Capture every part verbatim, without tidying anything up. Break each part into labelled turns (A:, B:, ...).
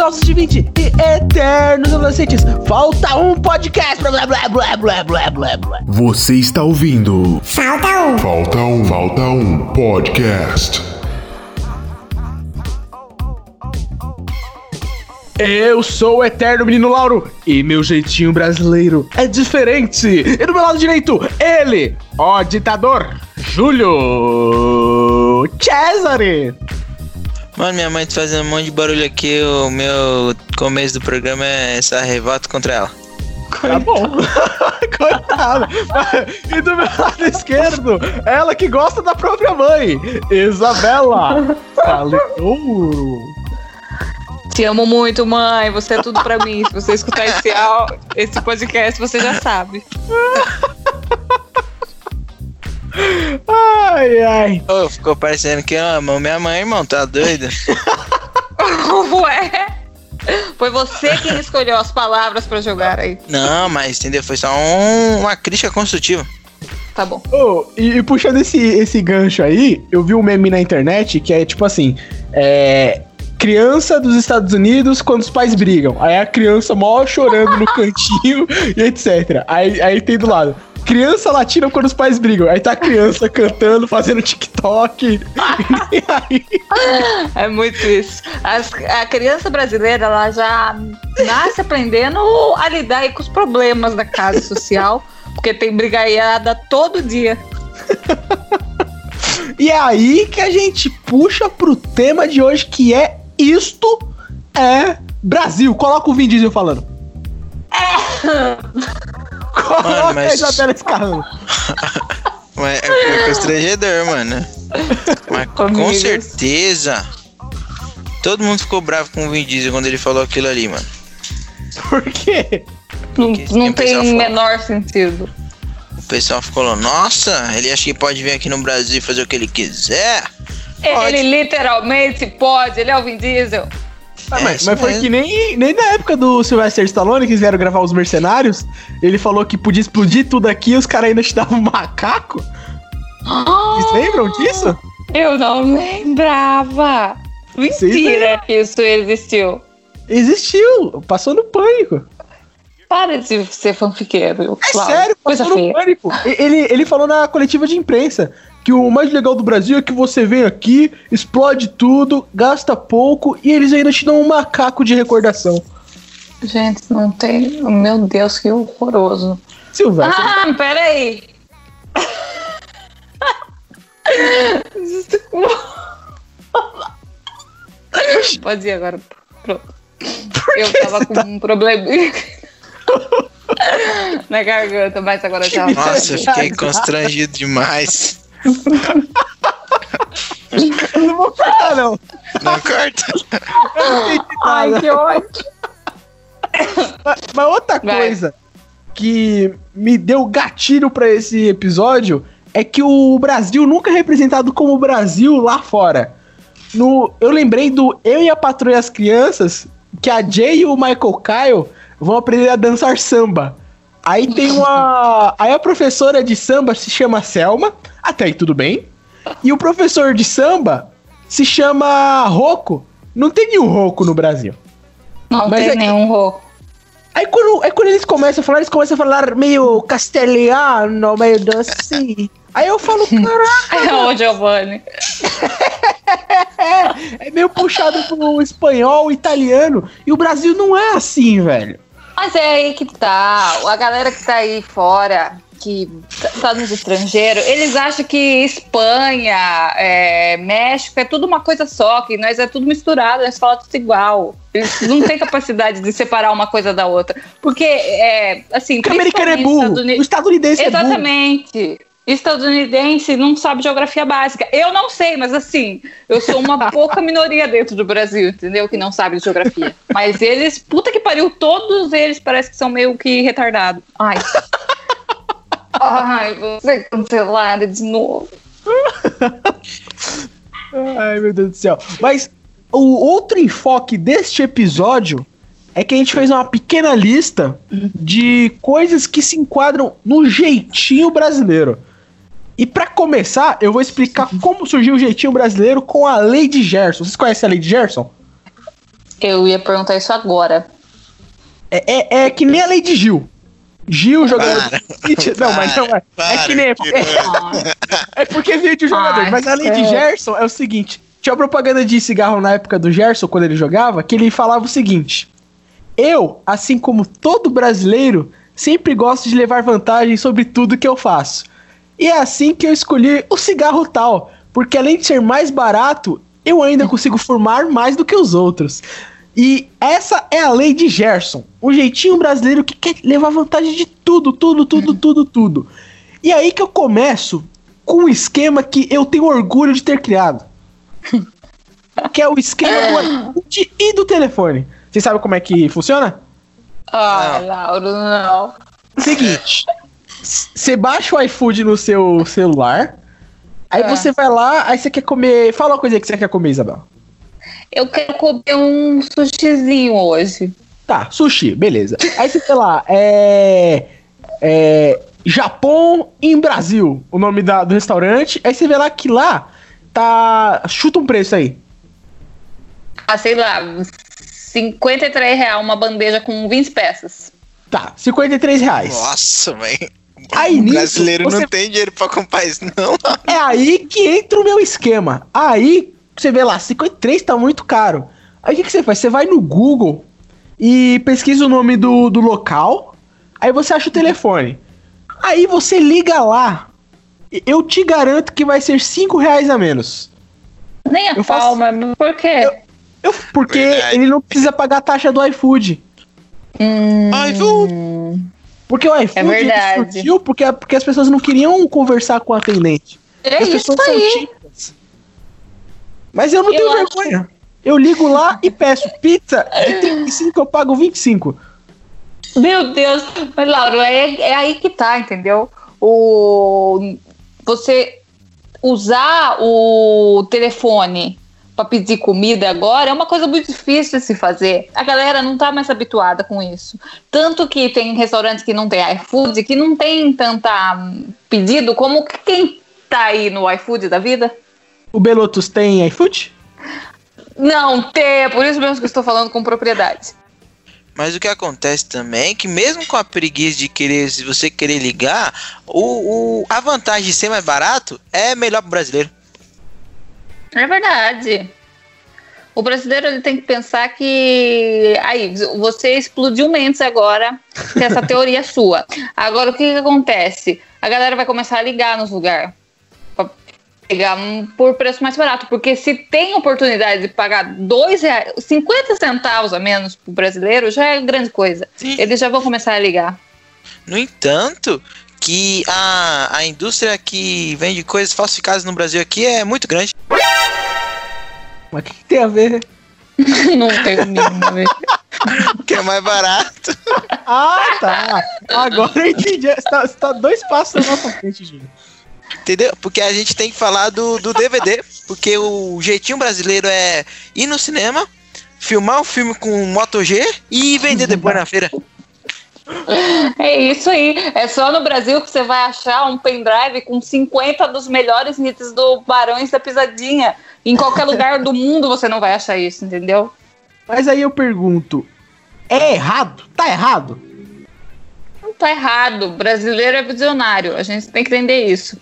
A: falsos de vinte e eternos adolescentes. Falta um podcast. Blá, blá, blá, blá, blá, blá, blá.
B: Você está ouvindo
C: Falta um.
B: Falta um. Falta um podcast.
A: Eu sou o eterno menino Lauro e meu jeitinho brasileiro é diferente. E do meu lado direito, ele, ó ditador, Júlio Cesare.
D: Mano, minha mãe tá fazendo um monte de barulho aqui. O meu começo do programa é essa revolta contra ela.
A: Tá bom. Coitada. E do meu lado esquerdo, ela que gosta da própria mãe, Isabela Caleouro.
E: Te amo muito, mãe. Você é tudo pra mim. Se você escutar esse, esse podcast, você já sabe.
A: Ai, ai.
D: Ô, oh, ficou parecendo que eu amo minha mãe, irmão. Tá doido?
E: Ué? Foi você quem escolheu as palavras pra jogar aí.
D: Não, mas entendeu? Foi só um, uma crítica construtiva.
E: Tá bom.
A: Oh, e, e puxando esse, esse gancho aí, eu vi um meme na internet que é tipo assim: é. Criança dos Estados Unidos quando os pais brigam. Aí a criança mó chorando no cantinho e etcétera. Aí, aí tem do lado. Criança latina quando os pais brigam. Aí tá a criança cantando, fazendo TikTok. E aí...
E: É muito isso. As, a criança brasileira, ela já nasce aprendendo a lidar aí com os problemas da casa social. Porque tem brigaiada todo dia.
A: E é aí que a gente puxa pro tema de hoje, que é Isto é Brasil. Coloca o Vin Diesel falando.
E: É.
A: Coloca
D: mas...
A: a Isabela escarrando.
D: Mas é constrangedor, mano. Mas com certeza todo mundo ficou bravo com o Vin Diesel quando ele falou aquilo ali, mano.
A: Por quê?
E: Não, não tem o
D: falou,
E: menor sentido.
D: O pessoal ficou, nossa, ele acha que pode vir aqui no Brasil e fazer o que ele quiser.
E: Ele
D: Pode.
E: literalmente pode, ele é o Vin Diesel.
A: Ah,
D: É,
A: mas
D: isso
A: mas foi
D: mesmo.
A: que nem, nem na época do Sylvester Stallone, que eles vieram gravar Os Mercenários, ele falou que podia explodir tudo aqui e os caras ainda te davam um macaco. Vocês lembram disso?
E: Eu não lembrava. Mentira que isso existiu.
A: Existiu, passou no Pânico.
E: Para de ser fanfiqueiro.
A: É
E: Cláudio.
A: sério,
E: Coisa
A: passou no
E: feia.
A: Pânico. E- Ele, ele falou na coletiva de imprensa que o mais legal do Brasil é que você vem aqui, explode tudo, gasta pouco e eles ainda te dão um macaco de recordação.
E: Gente, não tem... Meu Deus, que horroroso.
A: Silvestre.
E: Ah, peraí. Pode ir agora. Pronto. Eu tava com um problema na garganta, mas agora já...
D: Nossa, eu fiquei constrangido demais.
A: Eu não vou cortar, não.
D: Não corta.
E: Ai, que ódio.
A: Mas, mas outra
E: Vai.
A: coisa que me deu gatilho pra esse episódio é que o Brasil nunca é representado como o Brasil lá fora. No, eu lembrei do Eu e a Patroa e as Crianças, que a Jay e o Michael Kyle vão aprender a dançar samba. Aí tem uma... Aí a professora de samba se chama Selma, até aí tudo bem. E o professor de samba se chama Rocco. Não tem nenhum Rocco no Brasil.
E: Não
A: Mas
E: tem
A: é que-
E: nenhum rouco.
A: Aí quando, aí quando eles começam a falar, eles começam a falar meio castelhano, meio assim. Aí eu falo, caraca,
E: Ô, Giovanni.
A: é, é meio puxado pro espanhol, italiano. E o Brasil não é assim, velho.
E: Mas é aí que tá. A galera que tá aí fora, que tá nos estrangeiros, eles acham que Espanha, é, México é tudo uma coisa só, que nós é tudo misturado, nós falamos tudo igual. Eles não têm capacidade de separar uma coisa da outra. Porque, é, assim...
A: Porque o americano é burro,
E: Estaduni-
A: o estadunidense é burro.
E: Exatamente. Estadunidense não sabe geografia básica. Eu não sei, mas assim, eu sou uma pouca minoria dentro do Brasil, entendeu? Que não sabe de geografia. Mas eles, puta que pariu, todos eles parece que são meio que retardados. Ai. Ai, você cancelada de novo.
A: Ai, meu Deus do céu. Mas o outro enfoque deste episódio é que a gente fez uma pequena lista de coisas que se enquadram no jeitinho brasileiro. E pra começar, eu vou explicar como surgiu o jeitinho brasileiro com a Lei de Gerson. Vocês conhecem a Lei de Gerson?
E: Eu ia perguntar isso agora.
A: É, é, é que nem a lei de Gil. Gil, jogador
D: Para,
A: do City. Não, mas não é.
D: para,
A: É que nem.
D: que
A: É, é porque veio de um jogador.
E: Ai,
A: mas a lei de
E: é.
A: Gerson é o seguinte: tinha uma propaganda de cigarro na época do Gerson, quando ele jogava, que ele falava o seguinte: eu, assim como todo brasileiro, sempre gosto de levar vantagem sobre tudo que eu faço. E é assim que eu escolhi o cigarro tal, porque além de ser mais barato, eu ainda consigo fumar mais do que os outros. E essa é a lei de Gerson, o jeitinho brasileiro que quer levar vantagem de tudo, tudo, tudo, tudo, tudo. E aí que eu começo com um esquema que eu tenho orgulho de ter criado. Que é o esquema do iFood e do telefone. Vocês sabem como é que funciona?
E: Ah, Lauro, não.
A: Seguinte, você baixa o iFood no seu celular, aí
E: É.
A: você vai lá, aí você quer comer... Fala uma coisa aí que você quer comer, Isabel.
E: Eu quero comer um sushizinho hoje.
A: Tá, sushi, beleza. Aí você, sei lá, é... é Japão em Brasil, o nome da, do restaurante. Aí você vê lá que lá tá... Chuta um preço aí.
E: Ah, sei lá, cinquenta e três reais uma bandeja com vinte peças.
A: Tá, cinquenta e três reais.
D: Nossa, velho.
A: Aí
D: O
A: nisso,
D: brasileiro
A: você-
D: não tem dinheiro pra comprar isso, não.
A: É aí que entra o meu esquema. Aí você vê lá, cinquenta e três tá muito caro. Aí o que, que você faz? Você vai no Google e pesquisa o nome do, do local. Aí você acha o telefone. Aí você liga lá. E eu te garanto que vai ser cinco reais a menos.
E: Nem a
A: Eu faço-
E: palma, mas por quê?
A: Eu- Eu, porque
D: Verdade.
A: ele não precisa pagar a taxa do iFood.
E: Hum,
D: iFood.
A: Porque o iFood
E: É
A: ele
E: verdade.
A: surgiu porque, porque as pessoas não queriam conversar com o atendente.
E: É
A: As
E: isso
A: pessoas são
E: aí.
A: tímidas. Mas eu não
E: Eu
A: tenho
E: acho-
A: vergonha. Eu ligo lá e peço pizza de trinta e cinco, eu pago vinte e cinco.
E: Meu Deus, mas Lauro, é, é aí que tá, entendeu? O, você usar o telefone pra pedir comida agora é uma coisa muito difícil de se fazer. A galera não tá mais habituada com isso. Tanto que tem restaurantes que não tem iFood, que não tem tanta hum, pedido como quem tá aí no iFood da vida.
A: O Belotus tem iFood?
E: Não tem, é por isso mesmo que eu estou falando com propriedade.
D: Mas o que acontece também é que mesmo com a preguiça de querer, se você querer ligar, o, o, a vantagem de ser mais barato é melhor pro brasileiro.
E: É verdade. O brasileiro ele tem que pensar que... Aí, você explodiu mentes agora com essa teoria sua. Agora, o que, que acontece? A galera vai começar a ligar nos lugares pra pegar um, por preço mais barato. Porque se tem oportunidade de pagar dois reais, cinquenta centavos a menos pro brasileiro, já é grande coisa.
D: Sim.
E: Eles já vão começar a ligar.
D: No entanto, que a, a indústria que vende coisas falsificadas no Brasil aqui é muito grande.
A: Mas o que, que tem a ver?
E: Não tem o mínimo a ver.
D: Que é mais barato.
A: Ah, tá. Agora eu entendi. Você tá, você tá dois passos na nossa frente, Gino.
D: Entendeu? Porque a gente tem que falar do, do D V D. Porque o jeitinho brasileiro é ir no cinema, filmar o filme com Moto G e vender depois na feira.
E: É isso aí. É só no Brasil que você vai achar um pendrive com cinquenta dos melhores hits do Barões da Pisadinha. Em qualquer lugar do mundo você não vai achar isso, entendeu?
A: Mas aí eu pergunto: é errado? Tá errado?
E: Não tá errado. O brasileiro é visionário. A gente tem que entender isso.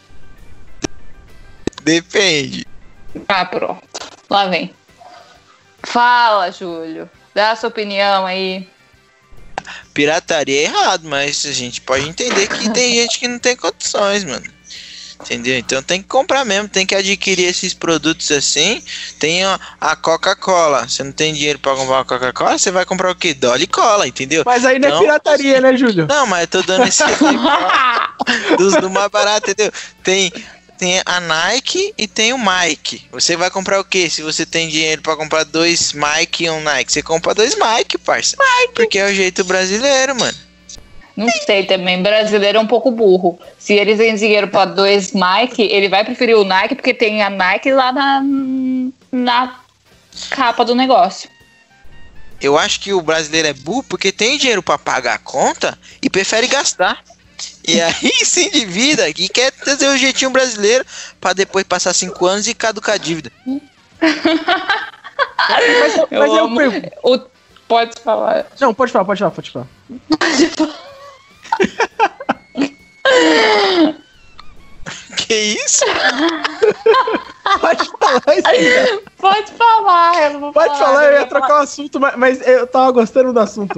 D: Depende.
E: Ah, pronto. Lá vem. Fala, Júlio. Dá a sua opinião aí.
D: Pirataria é errado, mas a gente pode entender que tem gente que não tem condições, mano. Entendeu? Então tem que comprar mesmo, tem que adquirir esses produtos assim. Tem a, a Coca-Cola. Você não tem dinheiro pra comprar uma Coca-Cola, você vai comprar o quê? Dolly Cola, entendeu?
A: Mas aí não é
D: Então-
A: pirataria, né, Júlio?
D: Não, mas eu tô dando esse exemplo dos do mais barato, entendeu? Tem, tem a Nike e tem o Mike. Você vai comprar o quê? Se você tem dinheiro pra comprar dois Mike e um Nike, você compra dois Mike, parça. Porque é o jeito brasileiro, mano.
E: Não sei também, brasileiro é um pouco burro. Se eles têm dinheiro para dois Nike, ele vai preferir o Nike porque tem a Nike lá na, na capa do negócio.
D: Eu acho que o brasileiro é burro porque tem dinheiro pra pagar a conta e prefere gastar. E aí se endivida e quer trazer o jeitinho brasileiro pra depois passar cinco anos e caducar a dívida.
A: Mas, eu, mas
E: Eu
A: eu
E: amo.
A: pergunto.
E: O... Pode falar.
A: Não, pode falar, pode falar, pode falar.
D: Que isso?
A: Pode falar isso aí.
E: Pode falar, eu não vou
A: Pode falar, eu ia trocar o assunto, mas, mas eu tava gostando do assunto.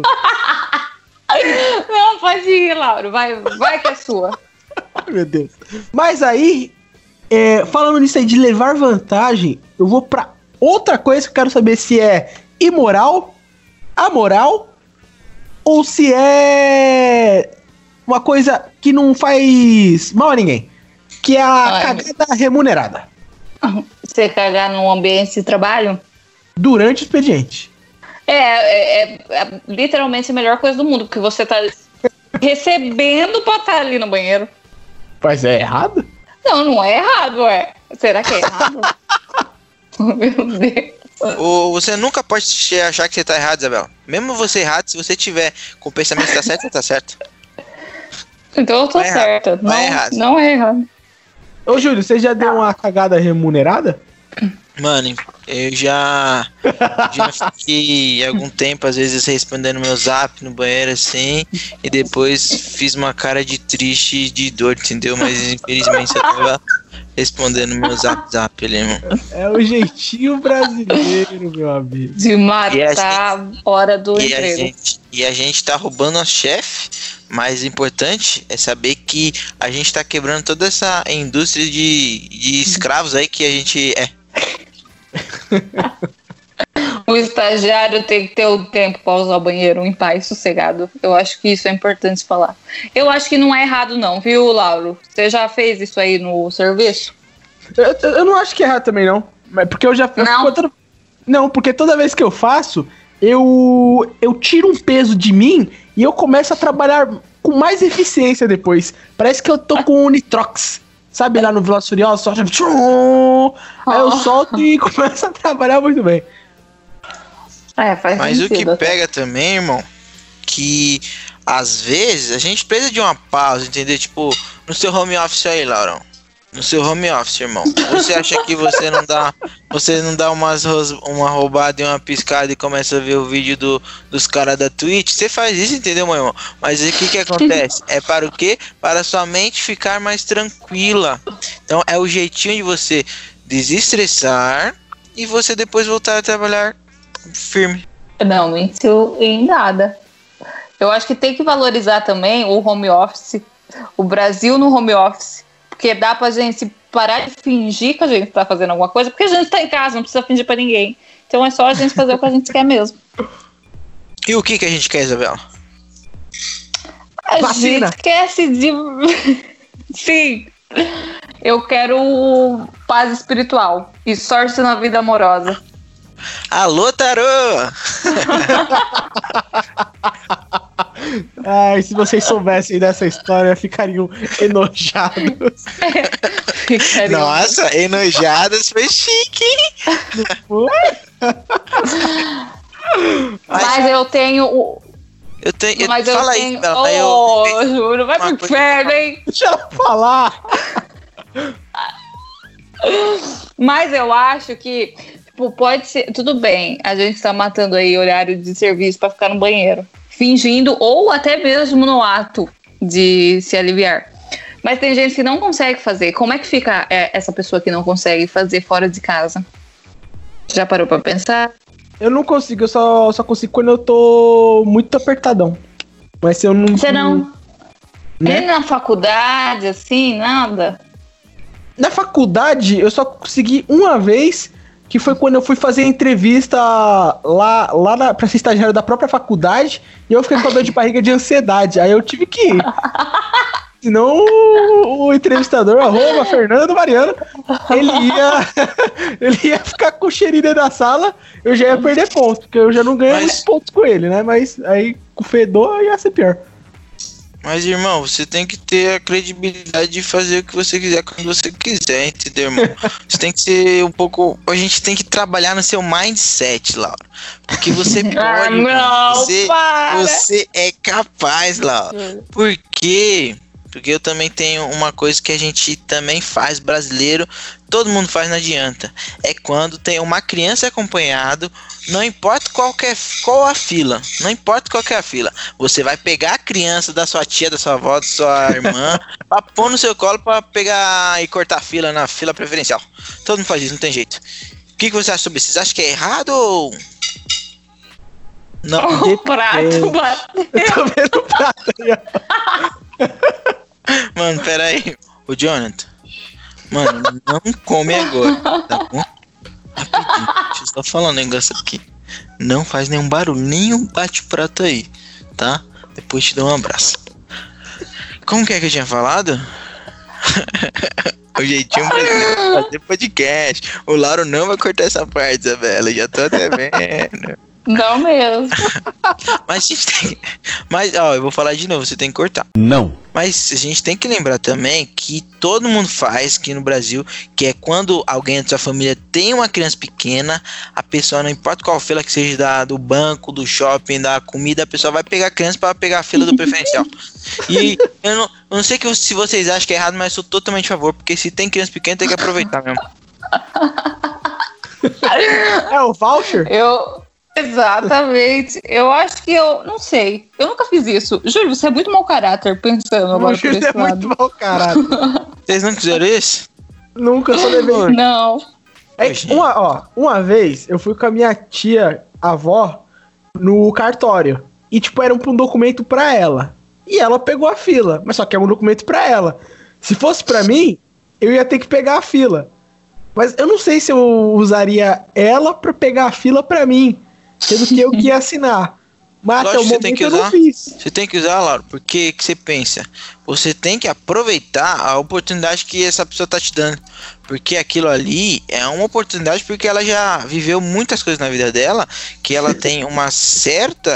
E: Não, pode ir, Lauro. Vai, vai que é sua.
A: Ai, meu Deus. Mas aí, é, falando nisso aí de levar vantagem, eu vou pra outra coisa que eu quero saber se é imoral, amoral, ou se é uma coisa que não faz mal a ninguém. Que é a
E: Ai.
A: cagada remunerada.
E: Você cagar num ambiente de trabalho?
A: Durante o expediente.
E: É, é, é, é literalmente a melhor coisa do mundo, porque você tá recebendo pra estar ali no banheiro.
A: Mas é errado?
E: Não, não é errado, é. Será que é errado? Meu Deus.
D: Ou você nunca pode achar que você tá errado, Isabel. Mesmo você errado, se você tiver com o pensamento que tá certo, você tá certo.
E: Então eu tô
D: Não é errado,
E: certa.
D: não
E: Não,
D: é errado.
E: não é errado.
A: Ô, Júlio, você já deu uma cagada remunerada?
D: Mano, eu já, já fiquei algum tempo, às vezes, respondendo meu zap no banheiro assim, e depois fiz uma cara de triste e de dor, entendeu? Mas infelizmente eu tava respondendo meu zap zap ali, irmão.
A: É o jeitinho brasileiro, meu amigo.
E: De matar
D: E a
E: a hora do
D: E a,
E: emprego.
D: gente, e a gente tá roubando a chefe, mas o importante é saber que a gente tá quebrando toda essa indústria de, de escravos aí que a gente é.
E: O estagiário tem que ter o tempo para usar o banheiro em paz, sossegado. Eu acho que isso é importante falar. Eu acho que não é errado não, viu, Lauro? Você já fez isso aí no serviço?
A: Eu, eu não acho que é errado também, não. Mas porque eu já fiz.
E: Não?
A: Outra... Não, porque toda vez que eu faço, eu, eu tiro um peso de mim e eu começo a trabalhar com mais eficiência depois. Parece que eu tô com o Nitrox. Sabe, lá no Velozes e Furiosos, só... Tchum! Aí eu solto e começo a trabalhar muito bem.
E: É, faz
D: Mas o que
E: sentido.
D: pega também, irmão, que às vezes a gente precisa de uma pausa, entendeu? Tipo, no seu home office aí, Laurão. No seu home office, irmão. Você acha que você não dá, você não dá umas ros- uma roubada e uma piscada e começa a ver o vídeo do, dos caras da Twitch? Você faz isso, entendeu, meu irmão? Mas aí o que que acontece? É para o quê? Para sua mente ficar mais tranquila. Então é o jeitinho de você desestressar e você depois voltar a trabalhar firme.
E: Não mentiu em nada. Eu acho que tem que valorizar também o home office, o Brasil no home office. Porque dá pra gente parar de fingir que a gente tá fazendo alguma coisa, porque a gente tá em casa, não precisa fingir pra ninguém. Então é só a gente fazer o que a gente quer mesmo.
D: E o que que a gente quer, Isabela?
E: A
A: Vacina.
E: gente quer se div... Sim. Eu quero paz espiritual e sorte na vida amorosa.
D: Alô, tarô!
A: Ai, se vocês soubessem dessa história, ficariam enojados.
E: Ficaria-
D: Nossa, enojadas foi chique, hein?
E: Mas eu tenho o.
D: Eu tenho.
E: Mas eu
D: fala aí,
E: tenho.
D: Isabela, aí
E: Oh,
D: eu,
E: juro, vai
D: uma
E: pro
D: coisa-
E: inferno, hein?
A: Deixa ela falar.
E: Mas eu acho que, tipo, pode ser. Tudo bem, a gente tá matando aí horário de serviço pra ficar no banheiro, fingindo, ou até mesmo no ato de se aliviar. Mas tem gente que não consegue fazer. Como é que fica é, essa pessoa que não consegue fazer fora de casa? Já parou pra pensar?
A: Eu não consigo, eu só, só consigo quando eu tô muito apertadão. Mas se eu não.
E: Você não.
A: Né?
E: Nem na faculdade, assim, nada?
A: Na faculdade, eu só consegui uma vez, que foi quando eu fui fazer entrevista lá, lá na, pra ser estagiário da própria faculdade, e eu fiquei com dor de barriga de ansiedade. Aí eu tive que ir. Senão o, o entrevistador, arroba Fernando Mariano, ele ia, ele ia ficar com o cheirinho dentro da sala, eu já ia perder pontos, porque eu já não ganhei
D: Mas-
A: muitos pontos com ele, né? Mas aí com o fedor ia ser pior.
D: Mas, irmão, você tem que ter a credibilidade de fazer o que você quiser quando você quiser, entendeu, irmão? Você tem que ser um pouco. A gente tem que trabalhar no seu mindset, Laura. Porque você pode.
E: Ah,
D: irmão.
E: não,
D: você,
E: para!
D: você é capaz, Laura. Por quê? Porque eu também tenho uma coisa que a gente também faz, brasileiro todo mundo faz, não adianta. É quando tem uma criança acompanhado, não importa qual, que é, qual a fila, não importa qual que é a fila, você vai pegar a criança da sua tia, da sua avó, da sua irmã, pra pôr no seu colo pra pegar e cortar a fila na fila preferencial. Todo mundo faz isso, não tem jeito. O que, que você acha sobre isso? Você acha que é errado ou... Não,
E: o prato bateu.
A: Eu tô vendo o prato aí, ó.
D: Mano, pera aí. Ô, Jonathan. Mano, não come agora, tá bom? Rapidinho, deixa eu só falar um negócio aqui. Não faz nenhum barulho, nenhum bate-prato aí, tá? Depois te dou um abraço. Como que é que eu tinha falado? O jeitinho brasileiro de fazer podcast. O Lauro não vai cortar essa parte, Isabela. Já tô até vendo.
E: Não mesmo.
D: Mas a gente tem... Mas, ó, eu vou falar de novo, você tem que cortar.
B: Não.
D: Mas a gente tem que lembrar também que todo mundo faz aqui no Brasil, que é quando alguém da sua família tem uma criança pequena, a pessoa, não importa qual fila que seja, da, do banco, do shopping, da comida, a pessoa vai pegar a criança para pegar a fila do preferencial. E eu não, eu não sei que, se vocês acham que é errado, mas eu sou totalmente a favor, porque se tem criança pequena, tem que aproveitar mesmo.
A: É o voucher?
E: Eu... Exatamente. Eu acho que eu... Não sei. Eu nunca fiz isso. Júlio, você é muito mau caráter pensando agora
A: O Júlio
E: por esse
A: é
E: lado.
A: muito mau caráter.
D: Vocês não fizeram isso?
A: Nunca, só levei.
E: Não.
A: É, uma, ó, uma vez eu fui com a minha tia, avó, no cartório. E, tipo, era um, um documento pra ela. E ela pegou a fila. Mas só que é um documento pra ela. Se fosse pra mim, eu ia ter que pegar a fila. Mas eu não sei se eu usaria ela pra pegar a fila pra mim. Sendo que eu que ia assinar. Mas até o momento eu não fiz.
D: Você tem que usar, Lauro, porque que você pensa? Você tem que aproveitar a oportunidade que essa pessoa tá te dando. Porque aquilo ali é uma oportunidade, porque ela já viveu muitas coisas na vida dela, que ela tem uma certa...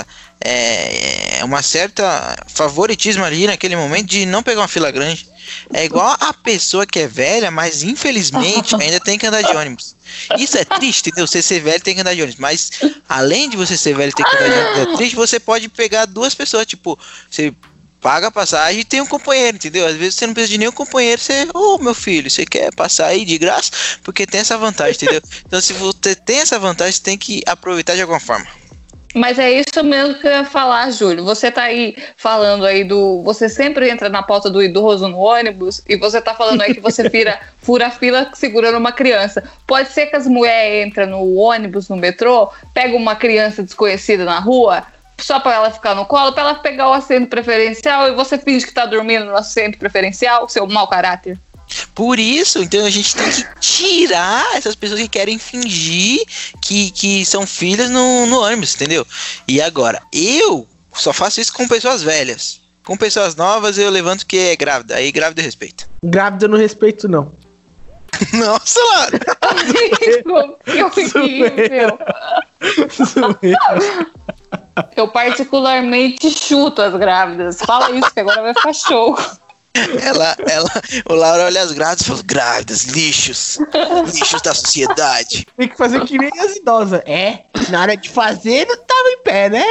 D: É, uma certa favoritismo ali naquele momento de não pegar uma fila grande. É igual a pessoa que é velha, mas infelizmente ainda tem que andar de ônibus. Isso é triste, entendeu? Você ser velho tem que andar de ônibus. Mas além de você ser velho e ter que andar de ônibus, é triste, você pode pegar duas pessoas. Tipo, você paga a passagem e tem um companheiro, entendeu? Às vezes você não precisa de nenhum companheiro. Você, ô oh, meu filho, você quer passar aí de graça? Porque tem essa vantagem, entendeu? Então se você tem essa vantagem, você tem que aproveitar de alguma forma.
E: Mas é isso mesmo que eu ia falar, Júlio. Você tá aí falando aí do... Você sempre entra na pauta do idoso no ônibus e você tá falando aí que você vira, fura a fila segurando uma criança. Pode ser que as mulheres entram no ônibus, no metrô, pegam uma criança desconhecida na rua, só pra ela ficar no colo, pra ela pegar o assento preferencial e você finge que tá dormindo no assento preferencial, seu mau caráter.
D: Por isso, então a gente tem que tirar essas pessoas que querem fingir que, que são filhas no, no ônibus, entendeu? E agora, eu só faço isso com pessoas velhas. Com pessoas novas eu levanto que é grávida. Aí grávida eu respeito.
A: Grávida eu não respeito, não.
D: Nossa, Lara!
E: Que horrível! Eu particularmente chuto as grávidas. Fala isso que agora vai ficar show.
D: Ela, ela, o Laura olha as grávidas e fala, grávidas, lixos, lixos da sociedade.
A: Tem que fazer que nem as idosas. É, na hora de fazer não tava em pé, né?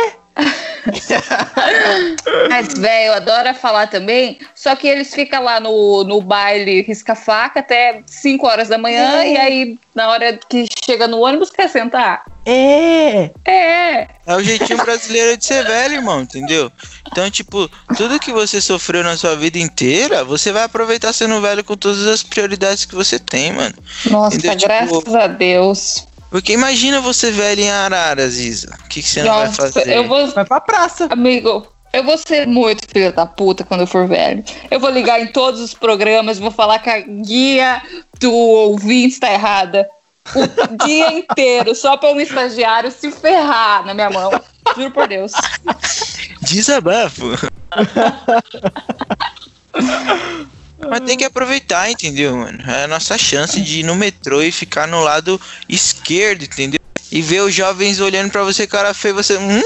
E: Mas, velho, adora falar também. Só que eles ficam lá no, no baile risca-faca até cinco horas da manhã. É. E aí, na hora que chega no ônibus, quer sentar?
A: É.
E: É.
D: É o jeitinho brasileiro de ser velho, irmão, entendeu? Então, tipo, tudo que você sofreu na sua vida inteira, você vai aproveitar sendo velho com todas as prioridades que você tem, mano.
E: Nossa,
D: entendeu?
E: graças tipo, a Deus.
D: Porque imagina você velho em Araras, Isa. O que, que você não
E: Nossa,
D: vai fazer?
E: Eu vou...
A: Vai pra praça.
E: Amigo, eu vou ser muito filha da puta quando eu for velho. Eu vou ligar em todos os programas, vou falar que a guia do ouvinte tá errada. O dia inteiro, só pra um estagiário se ferrar na minha mão. Juro por Deus.
D: Desabafo. Mas tem que aproveitar, entendeu, mano? É a nossa chance de ir no metrô e ficar no lado esquerdo, entendeu? E ver os jovens olhando pra você, cara feio, você... Hum?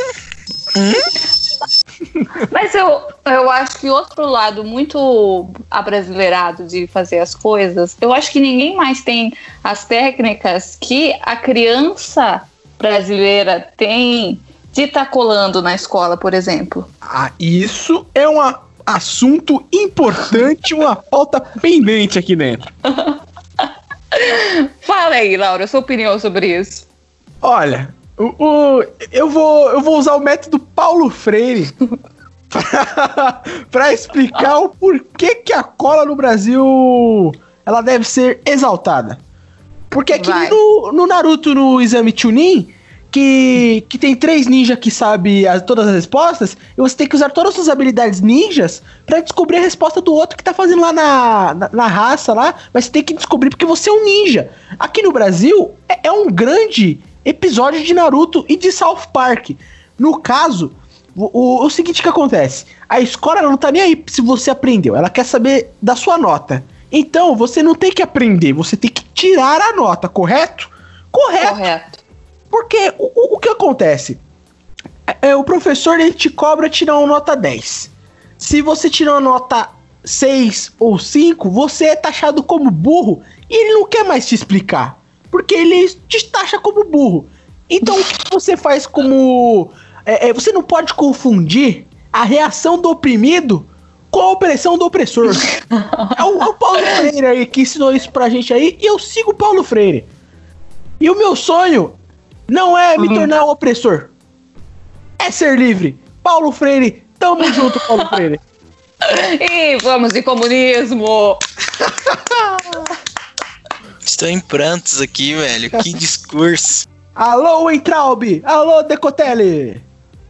D: Hum?
E: Mas eu, eu acho que outro lado muito abrasileirado de fazer as coisas, eu acho que ninguém mais tem as técnicas que a criança brasileira tem de estar tá colando na escola, por exemplo.
A: Ah, isso é um assunto importante, uma pauta pendente aqui dentro.
E: Fala aí, Laura, sua opinião sobre isso.
A: Olha, o, o, eu, vou, eu vou usar o método Paulo Freire pra, pra explicar o porquê que a cola no Brasil ela deve ser exaltada. Porque aqui no, no Naruto, no exame Chunin, que, que tem três ninjas que sabem as, todas as respostas, e você tem que usar todas as suas habilidades ninjas pra descobrir a resposta do outro que tá fazendo lá na, na, na raça lá, mas você tem que descobrir porque você é um ninja. Aqui no Brasil, é, é um grande episódio de Naruto e de South Park. No caso, o, o, o seguinte que acontece, a escola ela não tá nem aí se você aprendeu, ela quer saber da sua nota. Então, você não tem que aprender, você tem que tirar a nota, correto? Correto. Correto. Porque o, o, o que acontece? É, o professor ele te cobra tirar uma nota dez. Se você tirar uma nota seis ou cinco, você é taxado como burro e ele não quer mais te explicar. Porque ele te taxa como burro. Então o que você faz como... É, é, você não pode confundir a reação do oprimido com a opressão do opressor. É o, é o Paulo Freire aí que ensinou isso pra gente aí e eu sigo o Paulo Freire. E o meu sonho não é me uhum. tornar um opressor. É ser livre. Paulo Freire, tamo junto, Paulo Freire.
E: E vamos de comunismo.
D: Estou em prantos aqui, velho. Que discurso.
A: Alô, Weintraub. Alô, Decotelli.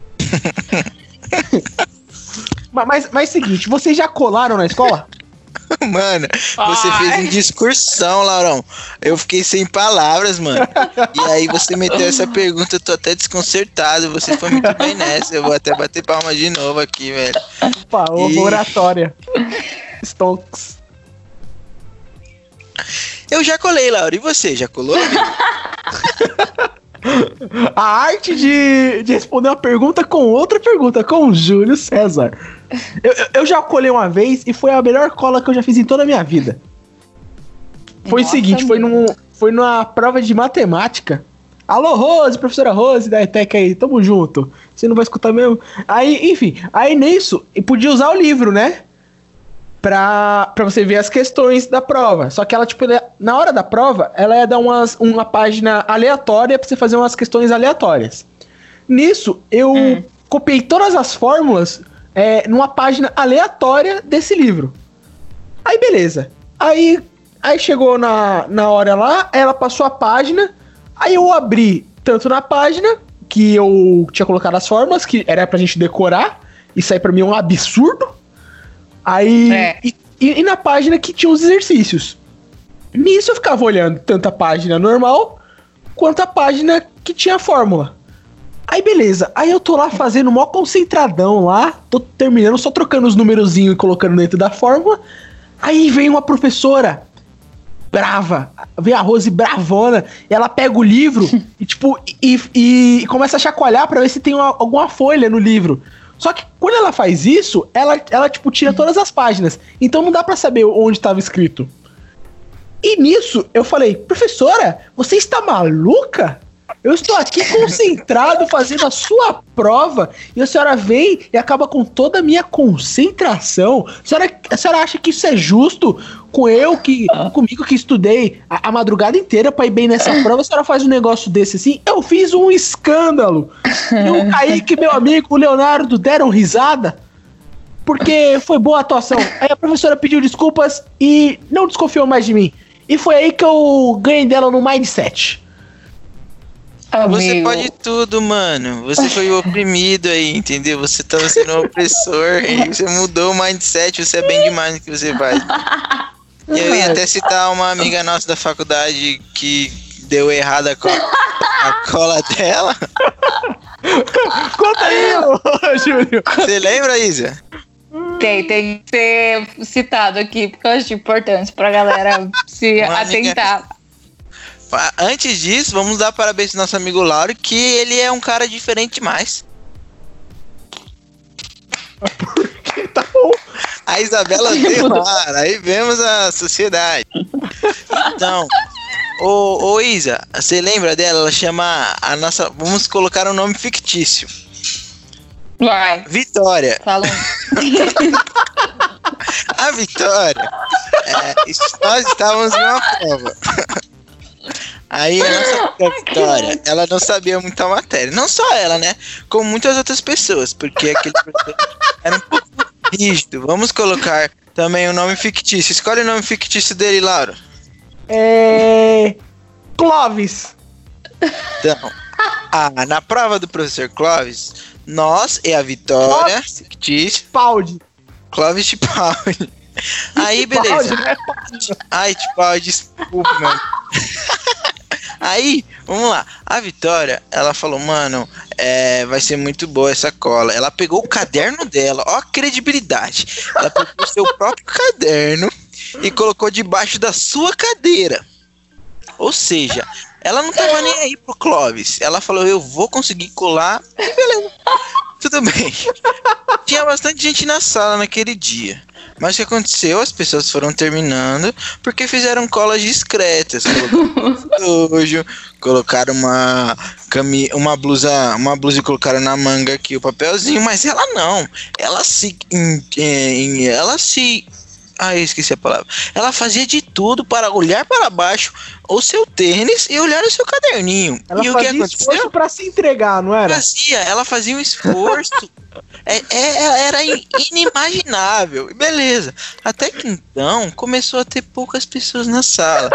A: mas, mas, mas seguinte, vocês já colaram na escola?
D: Mano, você Ai. fez um discursão, Laurão. Eu fiquei sem palavras, mano. E aí você meteu essa pergunta, eu tô até desconcertado. Você foi muito bem nessa. Eu vou até bater palma de novo aqui, velho.
A: Opa, e... oratória. Stonks.
D: Eu já colei, Laura. E você, já colou?
A: A arte de, de responder uma pergunta com outra pergunta, com o Júlio César. Eu, eu, eu já colei uma vez e foi a melhor cola que eu já fiz em toda a minha vida. Foi Nossa, o seguinte, foi, num, foi numa prova de matemática. Alô, Rose, professora Rose da E T E C aí, tamo junto. Você não vai escutar mesmo? Aí, enfim, aí nisso, eu podia usar o livro, né? Pra, pra você ver as questões da prova. Só que ela, tipo, na hora da prova, ela ia dar umas, uma página aleatória pra você fazer umas questões aleatórias. Nisso, eu hum. copiei todas as fórmulas é, numa página aleatória desse livro. Aí, beleza. Aí, aí chegou na, na hora lá, ela passou a página, aí eu abri tanto na página, que eu tinha colocado as fórmulas, que era pra gente decorar, isso aí pra mim é um absurdo. Aí, é. e, e na página que tinha os exercícios. Nisso eu ficava olhando tanto a página normal, quanto a página que tinha a fórmula. Aí beleza, aí eu tô lá fazendo mó concentradão lá, tô terminando, só trocando os numerozinhos e colocando dentro da fórmula. Aí vem uma professora brava, vem a Rose bravona, e ela pega o livro e tipo, e, e, e começa a chacoalhar pra ver se tem uma, alguma folha no livro. Só que quando ela faz isso, ela, ela tipo, tira todas as páginas. Então não dá pra saber onde estava escrito. E nisso, eu falei, professora, você está maluca? Eu estou aqui concentrado fazendo a sua prova e a senhora vem e acaba com toda a minha concentração. A senhora, a senhora acha que isso é justo com eu, que comigo que estudei a, a madrugada inteira para ir bem nessa prova? A senhora faz um negócio desse assim? Eu fiz um escândalo. E o Kaique, meu amigo, o Leonardo deram risada porque foi boa a atuação. Aí a professora pediu desculpas e não desconfiou mais de mim. E foi aí que eu ganhei dela no mindset.
E: Amigo.
D: Você pode tudo, mano. Você foi o oprimido aí, entendeu? Você tava sendo um opressor e você mudou o mindset. Você é bem demais no que você faz. E eu ia até citar uma amiga nossa da faculdade que deu errado a cola, a cola dela.
A: Conta aí, Júlio.
D: Você lembra, Isa?
E: Tem, tem que ser citado aqui, porque eu acho importante pra galera se uma atentar. Amiga...
D: Antes disso, vamos dar parabéns pro nosso amigo Lauro, que ele é um cara diferente demais.
A: Porque tá bom.
D: A Isabela deu mar, aí vemos a sociedade. Então, ô, ô Isa, você lembra dela? Ela chama a nossa... Vamos colocar um nome fictício.
E: Vai.
D: Vitória.
E: Fala.
D: A Vitória, É, nós estávamos em uma prova. Aí a nossa Vitória, ela não sabia muita matéria. Não só ela, né? Como muitas outras pessoas. Porque aquele professor era um pouco rígido. Vamos colocar também o nome fictício. Escolhe o nome fictício dele, Laura.
A: É... Clóvis.
D: Então, ah, na prova do professor Clóvis, nós e a Vitória,
A: Clóvis
D: fictício,
A: Paldi.
D: Clóvis Tipaldi. Aí, beleza.
A: Paldi, né?
D: Ai, Tipaldi, desculpa, mano. Aí, vamos lá. A Vitória, ela falou, mano, é, vai ser muito boa essa cola. Ela pegou o caderno dela, ó a credibilidade. Ela pegou o seu próprio caderno e colocou debaixo da sua cadeira. Ou seja, ela não tava nem aí pro Clóvis. Ela falou, eu vou conseguir colar. E beleza, tudo bem. Tinha bastante gente na sala naquele dia. Mas o que aconteceu? As pessoas foram terminando porque fizeram colas discretas. Colocaram nojo, colocaram uma, cami- uma blusa, uma blusa e colocaram na manga aqui o papelzinho, mas ela não. Ela se. Em, em, ela se. Ah, eu esqueci a palavra. Ela fazia de tudo para olhar para baixo o seu tênis e olhar o seu caderninho.
A: Ela
D: e o que
A: fazia
D: aconteceu?
A: esforço pra se entregar, não era?
D: Fazia, ela fazia um esforço. é, é, era inimaginável. E beleza. Até que então começou a ter poucas pessoas na sala.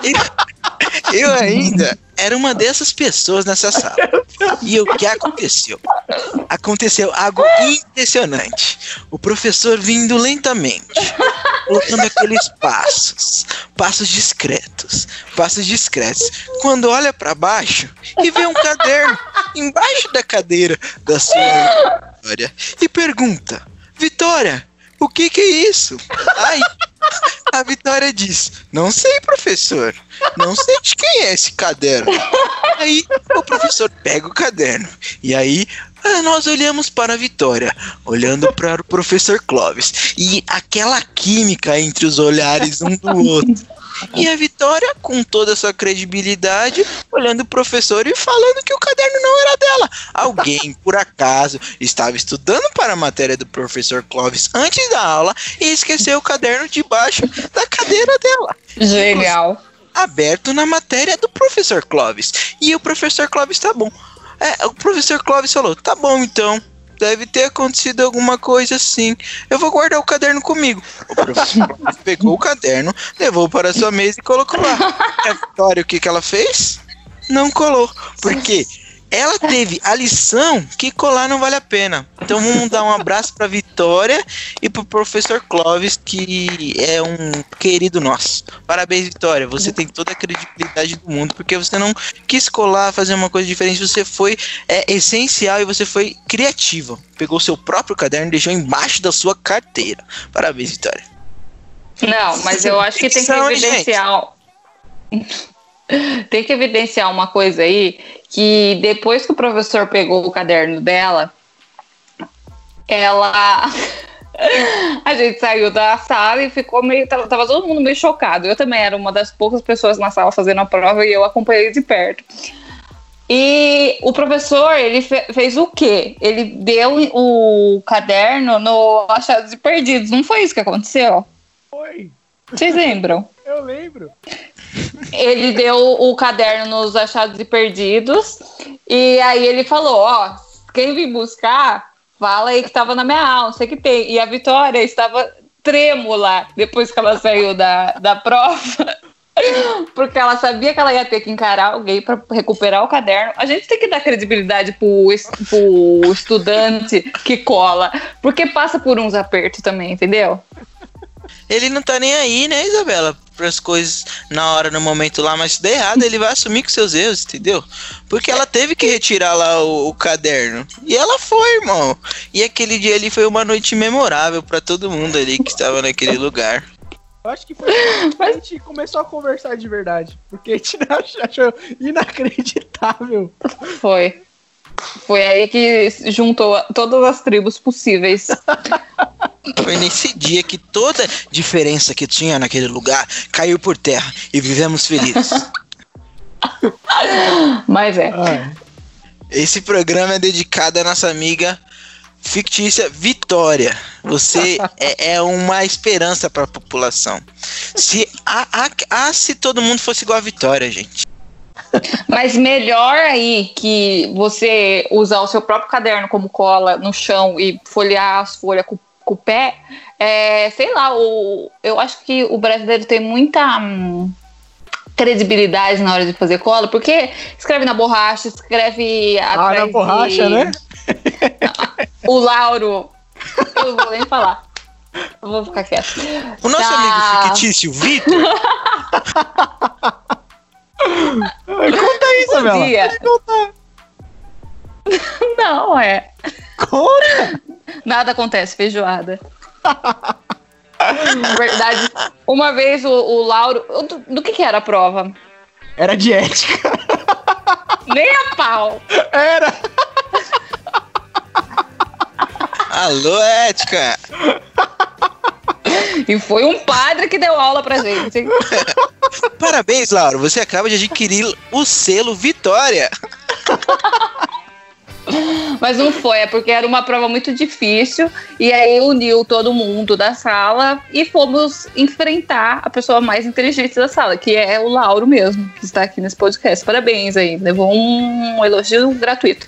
D: Eu, eu ainda era uma dessas pessoas nessa sala. E o que aconteceu? Aconteceu algo impressionante. O professor vindo lentamente, colocando aqueles passos, passos discretos, passos discretos. Quando olha para baixo e vê um caderno embaixo da cadeira da sua Vitória e pergunta: Vitória, o que que é isso? Aí a Vitória diz: não sei, professor, não sei de quem é esse caderno. Aí o professor pega o caderno e aí nós olhamos para a Vitória, olhando para o professor Clóvis, e aquela química entre os olhares um do outro. E a Vitória, com toda a sua credibilidade, olhando o professor e falando que o caderno não era dela. Alguém, por acaso, estava estudando para a matéria do professor Clóvis antes da aula e esqueceu o caderno debaixo da cadeira dela.
E: Genial.
D: Aberto na matéria do professor Clóvis. E o professor Clóvis tá bom. É, o professor Clóvis falou, tá bom então, deve ter acontecido alguma coisa assim, eu vou guardar o caderno comigo. O professor Clóvis pegou o caderno, levou para a sua mesa e colocou lá. A Vitória, o que que ela fez? Não colou, porque ela teve a lição que colar não vale a pena. Então vamos dar um abraço para Vitória e para o professor Clóvis, que é um querido nosso. Parabéns, Vitória, você tem toda a credibilidade do mundo, porque você não quis colar, fazer uma coisa diferente, você foi é, essencial e você foi criativa. Pegou seu próprio caderno e deixou embaixo da sua carteira. Parabéns, Vitória.
E: Não, mas eu acho que tem que evidenciar... Tem que evidenciar uma coisa aí, que depois que o professor pegou o caderno dela, ela... A gente saiu da sala e ficou meio... Tava, tava todo mundo meio chocado. Eu também era uma das poucas pessoas na sala fazendo a prova e eu acompanhei de perto. E o professor, ele fe, fez o quê? Ele deu o caderno no Achados e Perdidos. Não foi isso que aconteceu?
A: Foi.
E: Vocês lembram?
A: Eu lembro.
E: Ele deu o caderno nos Achados e Perdidos. E aí ele falou, ó, quem vir buscar, fala aí que tava na minha aula, não sei o que tem. E a Vitória estava trêmula depois que ela saiu da, da prova. Porque ela sabia que ela ia ter que encarar alguém para recuperar o caderno. A gente tem que dar credibilidade pro, pro estudante que cola, porque passa por uns apertos também, entendeu?
D: Ele não tá nem aí, né, Isabela, para as coisas na hora, no momento lá, mas se der errado, ele vai assumir com seus erros, entendeu? Porque ela teve que retirar lá o, o caderno. E ela foi, irmão. E aquele dia ali foi uma noite memorável para todo mundo ali que estava naquele lugar.
A: Eu acho que foi quando a gente começou a conversar de verdade, porque a gente achou inacreditável.
E: Foi. Foi aí que juntou todas as tribos possíveis.
D: Foi nesse dia que toda diferença que tinha naquele lugar caiu por terra e vivemos felizes.
E: Mas é.
A: Ah.
D: Esse programa é dedicado à nossa amiga fictícia Vitória. Você é, é uma esperança para a população. Se, a, a, a, se todo mundo fosse igual a Vitória, gente.
E: Mas melhor aí que você usar o seu próprio caderno como cola no chão e folhear as folhas com, com o pé, é, sei lá, o, eu acho que o brasileiro tem muita hum, credibilidade na hora de fazer cola, porque escreve na borracha, escreve atrás
A: Ah, na borracha,
E: de...
A: né?
E: O Lauro, eu não vou nem falar. Eu vou ficar quieto.
D: O nosso
E: Tá.
D: amigo fictício, Vitor,
A: Conta aí, Isabela.
E: Podia. Não, é.
A: Conta.
E: Nada acontece, feijoada. Verdade. Uma vez o, o Lauro. Do, do que que era a prova?
A: Era de ética.
E: Nem a pau.
A: Era.
D: alô, ética.
E: E foi um padre que deu aula pra gente.
D: Parabéns, Lauro, você acaba de adquirir o selo Vitória.
E: Mas não foi, é porque era uma prova muito difícil. E aí uniu todo mundo da sala e fomos enfrentar a pessoa mais inteligente da sala, que é o Lauro mesmo, que está aqui nesse podcast. Parabéns aí, levou um elogio gratuito.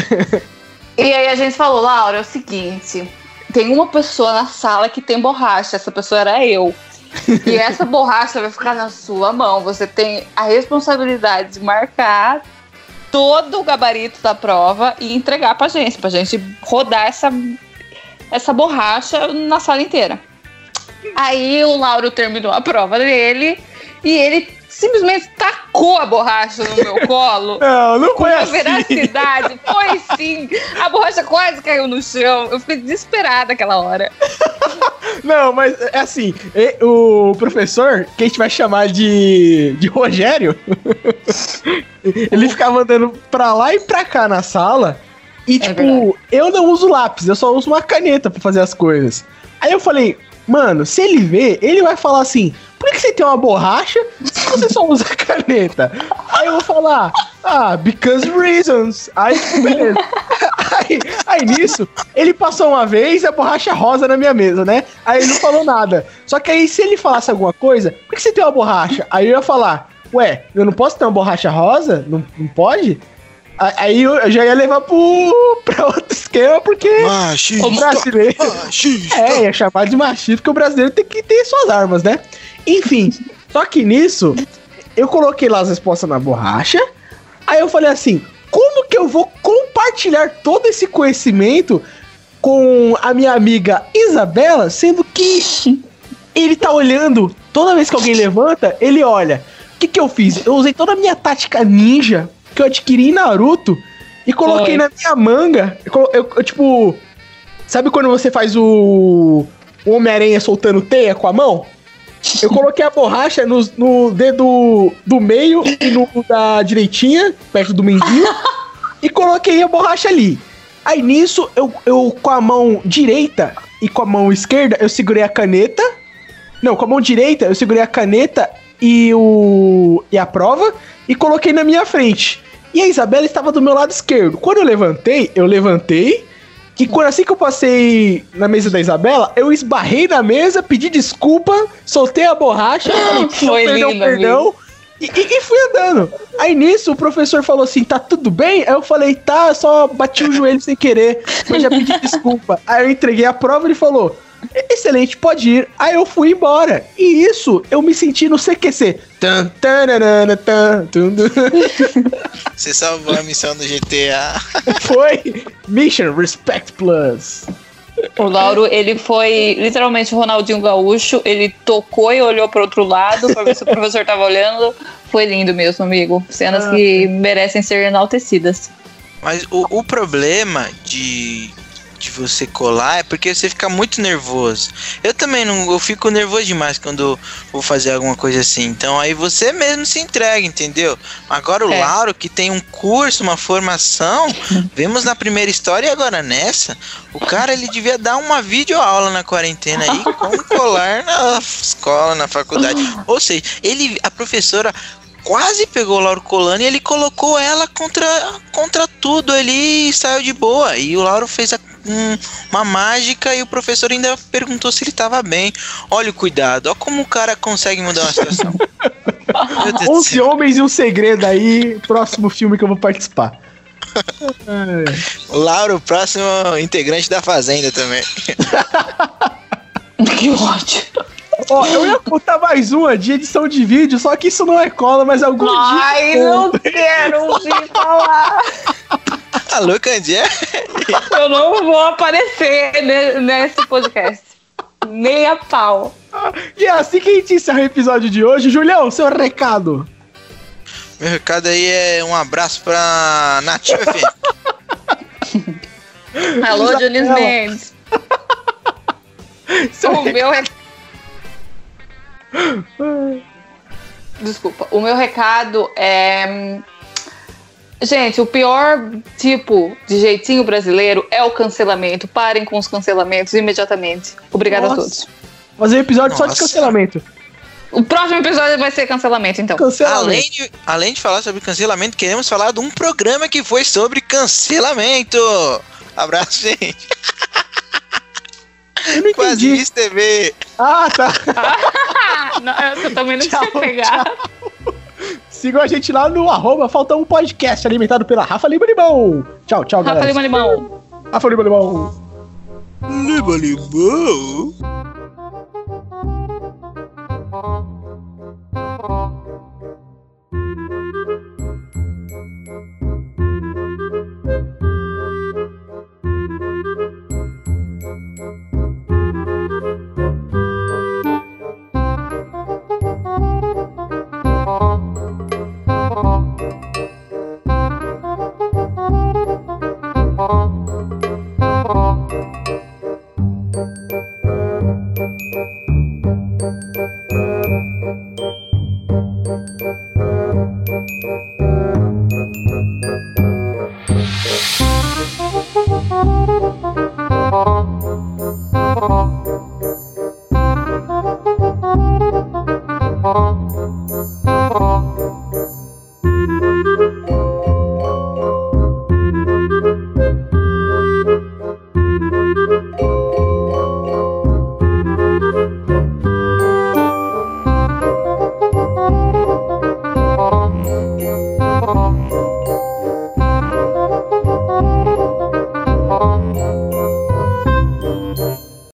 E: E aí a gente falou, Laura, é o seguinte, tem uma pessoa na sala que tem borracha, essa pessoa era eu. E essa borracha vai ficar na sua mão. Você tem a responsabilidade de marcar todo o gabarito da prova e entregar pra gente, pra gente rodar essa, essa borracha na sala inteira. Aí o Lauro terminou a prova dele e ele simplesmente tacou a borracha no meu colo.
A: Não, não
E: com
A: foi
E: uma
A: assim.
E: veracidade. Foi sim. A borracha quase caiu no chão. Eu fiquei desesperada aquela hora.
A: Não, mas é assim, e- o professor, que a gente vai chamar de, de Rogério, ele ficava andando pra lá e pra cá na sala, e
E: É
A: tipo,
E: verdade.
A: eu não uso lápis, eu só uso uma caneta pra fazer as coisas. Aí eu falei, mano, se ele ver, ele vai falar assim, por que você tem uma borracha se você só usa caneta? Aí eu vou falar, ah, because reasons. Aí, tipo, beleza. Aí, aí nisso, ele passou uma vez a borracha rosa na minha mesa, né? Aí ele não falou nada. Só que aí, se ele falasse alguma coisa, por que você tem uma borracha? Aí eu ia falar, ué, eu não posso ter uma borracha rosa? Não, não pode? A- Aí eu já ia levar pro, pra outro esquema, porque
D: Machista,
A: o brasileiro...
D: machista.
A: É, ia chamar de machista, porque o brasileiro tem que ter suas armas, né? Enfim, só que nisso, eu coloquei lá as respostas na borracha, aí eu falei assim, como que eu vou compartilhar todo esse conhecimento com a minha amiga Isabela, sendo que ele tá olhando, toda vez que alguém levanta, ele olha. O que que eu fiz? Eu usei toda a minha tática ninja que eu adquiri em Naruto e coloquei
E: Foi.
A: na minha manga. Eu, colo- eu- eu, tipo, sabe quando você faz o, o Homem-Aranha soltando teia com a mão? Eu coloquei a borracha no, no dedo do meio e no da direitinha, perto do mindinho, e coloquei a borracha ali. Aí nisso, eu, eu com a mão direita e com a mão esquerda, eu segurei a caneta. Não, com a mão direita, eu segurei a caneta e, o, e a prova e coloquei na minha frente. E a Isabela estava do meu lado esquerdo. Quando eu levantei, eu levantei. E quando assim que eu passei na mesa da Isabela, eu esbarrei na mesa, pedi desculpa, soltei a borracha, falei,
E: Foi
A: perdão,
E: lindo,
A: perdão. E, e- e fui andando. Aí nisso o professor falou assim, tá tudo bem? Aí eu falei, tá, só bati o joelho sem querer, mas já pedi desculpa. Aí eu entreguei a prova e ele falou, excelente, pode ir. Aí eu fui embora. E isso, eu me senti no C Q C. Tan, tananana, tan, tum, tum.
D: Você salvou a missão do G T A.
A: Foi Mission Respect Plus.
E: O Lauro, ele foi literalmente o Ronaldinho Gaúcho. Ele tocou e olhou para outro lado para ver se o professor tava olhando. Foi lindo mesmo, amigo. Cenas
A: Ah.
E: que merecem ser enaltecidas.
D: Mas o, o problema de, de você colar é porque você fica muito nervoso. Eu também não, eu fico nervoso demais quando vou fazer alguma coisa assim. Então aí você mesmo se entrega, entendeu? Agora o
E: É.
D: Lauro, que tem um curso, uma formação, vemos na primeira história e agora nessa, o cara ele devia dar uma videoaula na quarentena aí, como colar na escola, na faculdade. Ou seja, ele, a professora quase pegou o Lauro colando e ele colocou ela contra, contra tudo ali e saiu de boa. E o Lauro fez a um, uma mágica e o professor ainda perguntou se ele tava bem. Olha o cuidado, olha como o cara consegue mudar uma situação.
A: onze Homens e um Segredo aí, próximo filme que eu vou participar.
D: Lauro, próximo integrante da Fazenda também.
E: Que ódio.
A: Ó, eu ia contar mais uma de edição de vídeo, só que isso não é cola, mas algum
E: Ai,
A: dia...
E: não quero ouvir falar.
D: Alô, Candié?
E: Eu não vou aparecer ne- nesse podcast. Nem a pau.
A: E é assim que a gente encerra o episódio de hoje. Julião, seu recado.
D: Meu recado aí é um abraço pra Nativa F M.
E: Alô, Julius Mendes.
A: Seu
E: O meu recado. Desculpa. O meu recado é. Gente, o pior tipo de jeitinho brasileiro é o cancelamento. Parem com os cancelamentos imediatamente. Obrigada a todos.
A: Fazer um episódio só de
D: Nossa.
A: cancelamento.
E: O próximo episódio vai ser cancelamento, então.
A: Cancelamento.
D: Além de, além de falar sobre cancelamento, queremos falar de um programa que foi sobre cancelamento. Abraço, gente.
A: Eu não
D: Quase
A: entendi.
D: isso, T V.
A: Ah, tá.
E: Ah, não, eu também não
A: Tchau,
E: tinha pegado.
A: Sigam a gente lá no arroba Falta um Podcast, alimentado pela Rafa Lima Limão. Tchau, tchau,
E: Rafa
A: galera.
E: Lima Limão.
A: Rafa Lima Limão.
D: Lima limão.
C: Thank you.